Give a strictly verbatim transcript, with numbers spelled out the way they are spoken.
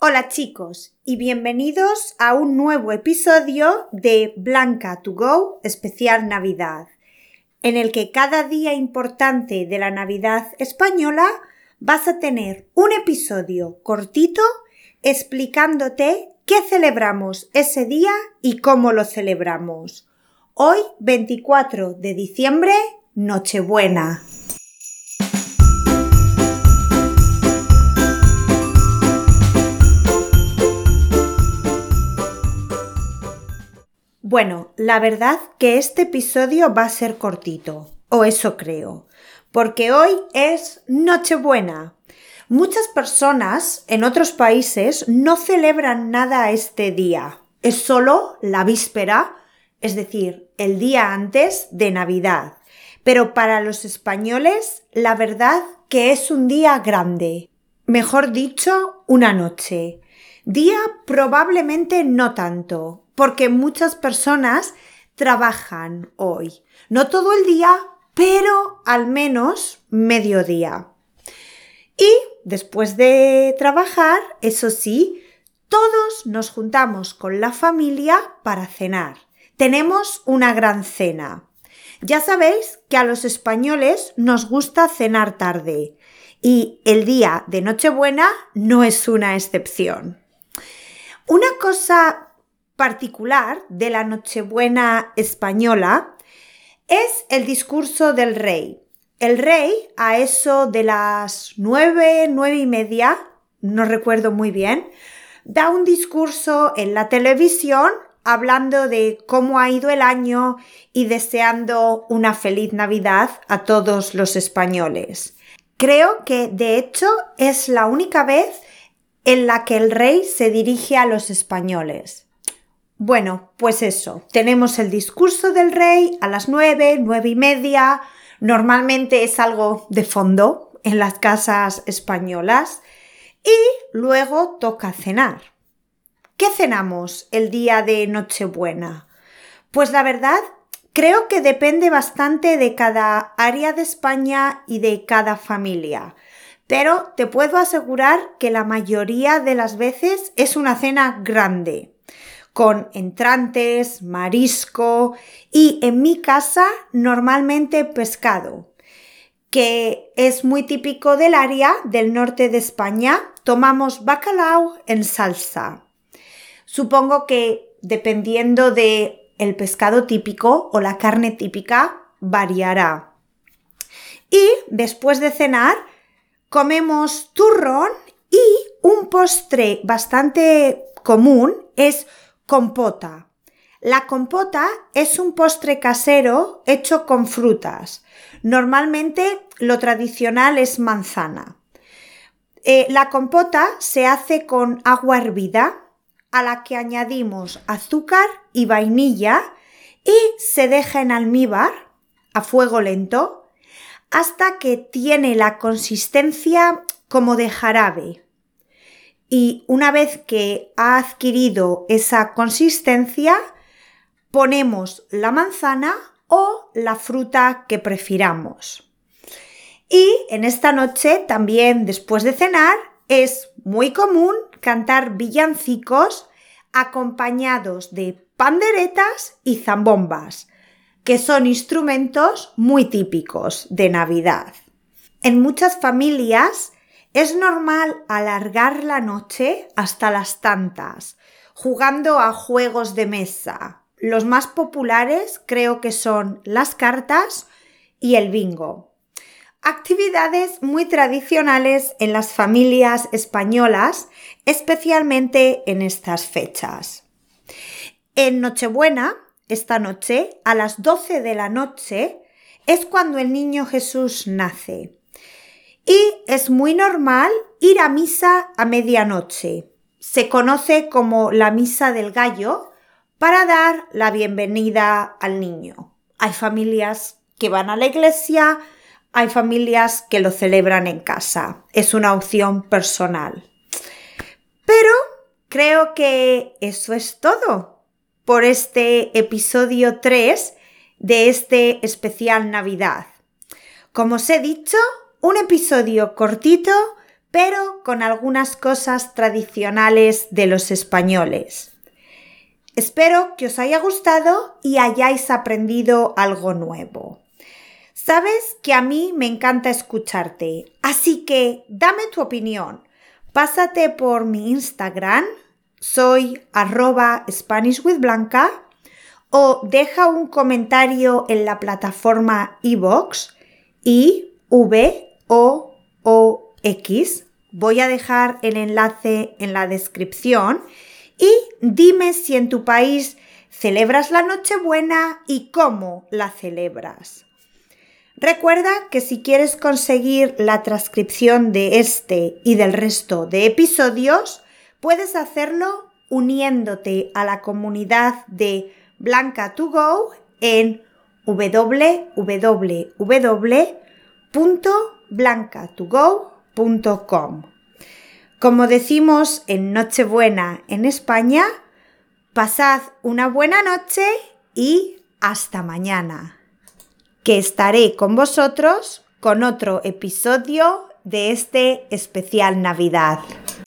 Hola chicos y bienvenidos a un nuevo episodio de Blanca to Go especial Navidad, en el que cada día importante de la Navidad española vas a tener un episodio cortito explicándote qué celebramos ese día y cómo lo celebramos. Hoy, veinticuatro de diciembre, Nochebuena. Bueno, la verdad que este episodio va a ser cortito, o eso creo, porque hoy es Nochebuena. Muchas personas en otros países no celebran nada este día, es solo la víspera, es decir, el día antes de Navidad. Pero para los españoles, la verdad que es un día grande, mejor dicho, una noche. Día probablemente no tanto, porque muchas personas trabajan hoy. No todo el día, pero al menos mediodía. Y después de trabajar, eso sí, todos nos juntamos con la familia para cenar. Tenemos una gran cena. Ya sabéis que a los españoles nos gusta cenar tarde y el día de Nochebuena no es una excepción. Una cosa particular de la Nochebuena española es el discurso del rey. El rey, a eso de las nueve, nueve y media, no recuerdo muy bien, da un discurso en la televisión hablando de cómo ha ido el año y deseando una feliz Navidad a todos los españoles. Creo que, de hecho, es la única vez en la que el rey se dirige a los españoles. Bueno, pues eso, tenemos el discurso del rey a las nueve, nueve y media, normalmente es algo de fondo en las casas españolas y luego toca cenar. ¿Qué cenamos el día de Nochebuena? Pues la verdad, creo que depende bastante de cada área de España y de cada familia. Pero te puedo asegurar que la mayoría de las veces es una cena grande, con entrantes, marisco y en mi casa normalmente pescado, que es muy típico del área del norte de España. Tomamos bacalao en salsa. Supongo que dependiendo del pescado típico o la carne típica variará. Y después de cenar comemos turrón y un postre bastante común es compota. La compota es un postre casero hecho con frutas. Normalmente lo tradicional es manzana. Eh, la compota se hace con agua hervida a la que añadimos azúcar y vainilla y se deja en almíbar a fuego lento hasta que tiene la consistencia como de jarabe. Y una vez que ha adquirido esa consistencia, ponemos la manzana o la fruta que prefiramos. Y en esta noche, también después de cenar, es muy común cantar villancicos acompañados de panderetas y zambombas, que son instrumentos muy típicos de Navidad. En muchas familias es normal alargar la noche hasta las tantas, jugando a juegos de mesa. Los más populares creo que son las cartas y el bingo. Actividades muy tradicionales en las familias españolas, especialmente en estas fechas. En Nochebuena, esta noche, a las doce de la noche, es cuando el niño Jesús nace. Y es muy normal ir a misa a medianoche. Se conoce como la misa del gallo para dar la bienvenida al niño. Hay familias que van a la iglesia, hay familias que lo celebran en casa. Es una opción personal. Pero creo que eso es todo por este episodio tres de este especial Navidad. Como os he dicho, un episodio cortito, pero con algunas cosas tradicionales de los españoles. Espero que os haya gustado y hayáis aprendido algo nuevo. Sabes que a mí me encanta escucharte, así que dame tu opinión. Pásate por mi Instagram, soy arroba SpanishWithBlanca, o deja un comentario en la plataforma iVoox, I V O O X. Voy a dejar el enlace en la descripción y dime si en tu país celebras la Nochebuena y cómo la celebras. Recuerda que si quieres conseguir la transcripción de este y del resto de episodios, puedes hacerlo uniéndote a la comunidad de Blanca to Go en w w w punto blanca to go punto com. Como decimos en Nochebuena en España, pasad una buena noche y hasta mañana, que estaré con vosotros con otro episodio de este especial Navidad.